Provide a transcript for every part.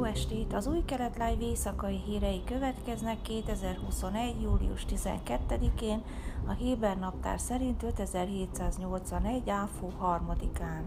estét! Az Új Kelet Live éjszakai hírei következnek 2021. július 12-én, a Héber naptár szerint 5781. áfú 3-án.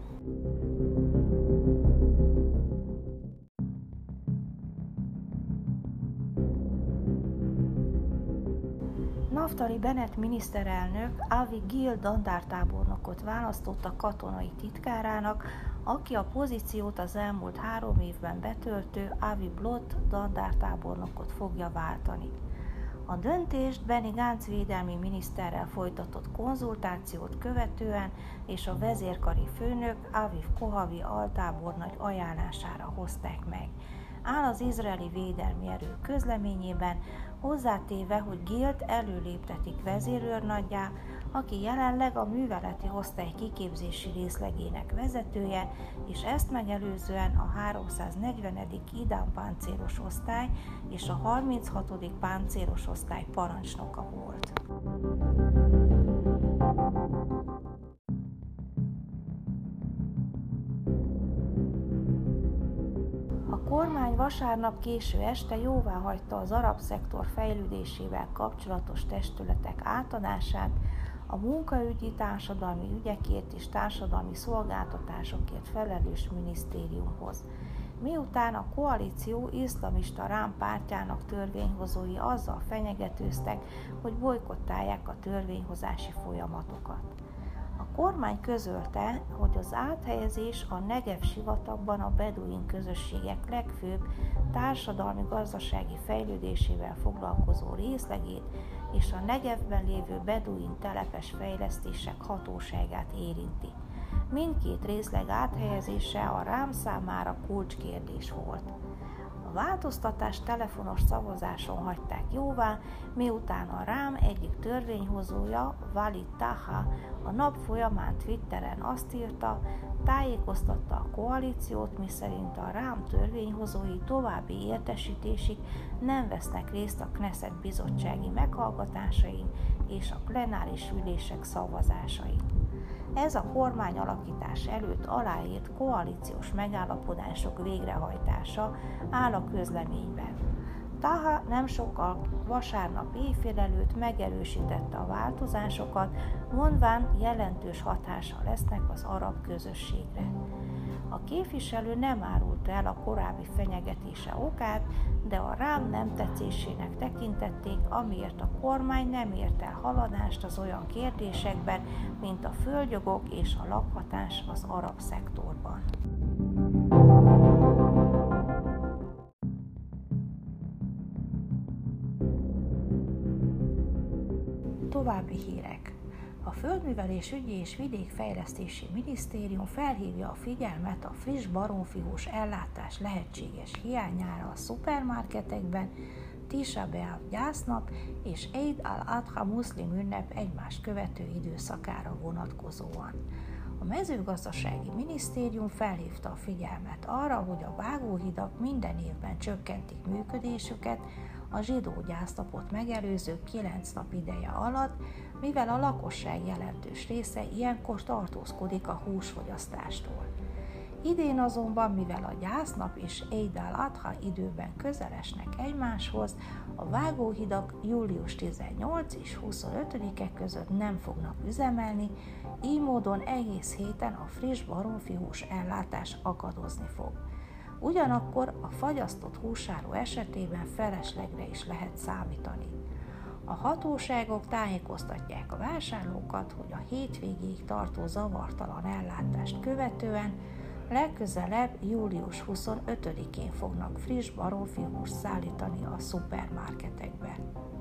Naftali Bennett miniszterelnök Avi Gil dandártábornokot választotta katonai titkárának, aki a pozíciót az elmúlt 3 évben betöltő Avi Blott dandártábornokot fogja váltani. A döntést Benny Gantz védelmi miniszterrel folytatott konzultációt követően és a vezérkari főnök Aviv Kohavi altábornagy ajánlására hozták meg, áll az izraeli védelmi erők közleményében, hozzátéve, hogy Gilt előléptetik vezérőrnaggyá, aki jelenleg a műveleti osztály kiképzési részlegének vezetője, és ezt megelőzően a 340. Idán páncélos osztály és a 36. páncélos osztály parancsnoka volt. A kormány vasárnap késő este jóváhagyta az arab szektor fejlődésével kapcsolatos testületek átadását a munkaügyi, társadalmi ügyekért és társadalmi szolgáltatásokért felelős minisztériumhoz, miután a koalíció iszlamista Rám pártjának törvényhozói azzal fenyegetőztek, hogy bojkottálják a törvényhozási folyamatokat. A kormány közölte, hogy az áthelyezés a Negev sivatagban a beduin közösségek legfőbb társadalmi-gazdasági fejlődésével foglalkozó részlegét és a Negevben lévő beduin telepes fejlesztések hatóságát érinti. Mindkét részleg áthelyezése a Rám számára kulcskérdés volt. A változtatást telefonos szavazáson hagyták jóvá, miután a Rám egyik törvényhozója, Walid Taha, a nap folyamán Twitteren azt írta, tájékoztatta a koalíciót, miszerint a Rám törvényhozói további értesítésig nem vesznek részt a Knesset bizottsági meghallgatásain és a plenáris ülések szavazásain. Ez a kormányalakítás előtt aláírt koalíciós megállapodások végrehajtása áll a közleményben. Taha nem sokkal vasárnap éjfél előtt megerősítette a változásokat, mondván jelentős hatása lesznek az arab közösségre. A képviselő nem árulta el a korábbi fenyegetése okát, de a Rám nem tetszésének tekintették, amiért a kormány nem ért el haladást az olyan kérdésekben, mint a földjogok és a lakhatás az arab szektorban. További hírek. A Földművelés ügyi és vidékfejlesztési minisztérium felhívja a figyelmet a friss baromfihús ellátás lehetséges hiányára a szupermarketekben Tisha B'Av gyásznap és Eid al-Adha muszlim ünnep egymást követő időszakára vonatkozóan. A mezőgazdasági minisztérium felhívta a figyelmet arra, hogy a vágóhidak minden évben csökkentik működésüket a zsidó gyásznapot megelőző 9 nap ideje alatt, mivel a lakosság jelentős része ilyenkor tartózkodik a húsfogyasztástól. Idén azonban, mivel a gyásznap és Eid al-Adha időben közel esnek egymáshoz, a vágóhidak július 18 és 25-e között nem fognak üzemelni, így módon egész héten a friss baromfihús ellátás akadozni fog. Ugyanakkor a fagyasztott húsáró esetében feleslegre is lehet számítani. A hatóságok tájékoztatják a vásárlókat, hogy a hétvégéig tartó zavartalan ellátást követően legközelebb július 25-én fognak friss baromfihúst szállítani a szupermarketekbe.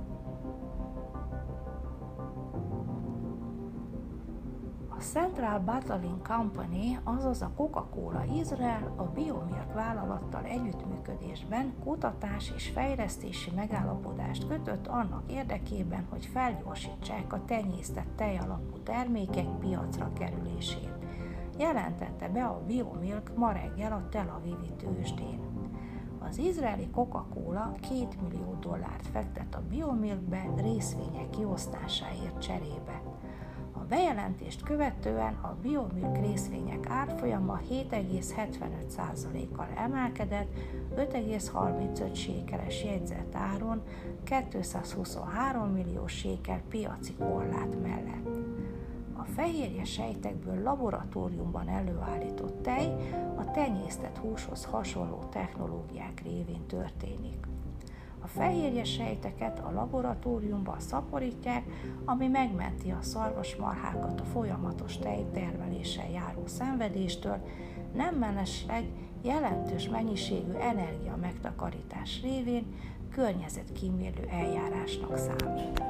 A Central Bottling Company, azaz a Coca-Cola Izrael a Biomilk vállalattal együttműködésben kutatás és fejlesztési megállapodást kötött annak érdekében, hogy felgyorsítsák a tenyésztett tejalapú termékek piacra kerülését, jelentette be a Biomilk ma reggel a Tel Avivi tőzsdén. Az izraeli Coca-Cola $2 millió fektet a Biomilkbe részvények kiosztásáért cserébe. A bejelentést követően a Biomilk részvények árfolyama 7,75%-kal emelkedett 5,35 sékeles jegyzett áron 223 millió sékel piaci korlát mellett. A fehérje sejtekből laboratóriumban előállított tej a tenyésztett húshoz hasonló technológiák révén történik. A fehérje sejteket a laboratóriumban szaporítják, ami megmenti a szarvasmarhákat a folyamatos tejtermeléssel járó szenvedéstől, nem mellesleg jelentős mennyiségű energia megtakarítás révén környezetkímélő eljárásnak számít.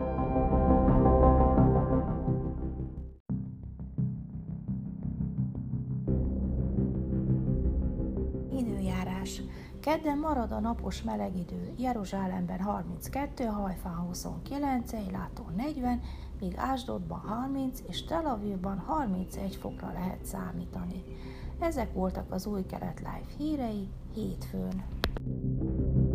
Időjárás. Kedden marad a napos meleg idő, Jeruzsálemben 32, Hajfán 29, Eiláton 40, míg Ásdodban 30 és Tel Avivban 31 fokra lehet számítani. Ezek voltak az Új Kelet Live hírei hétfőn.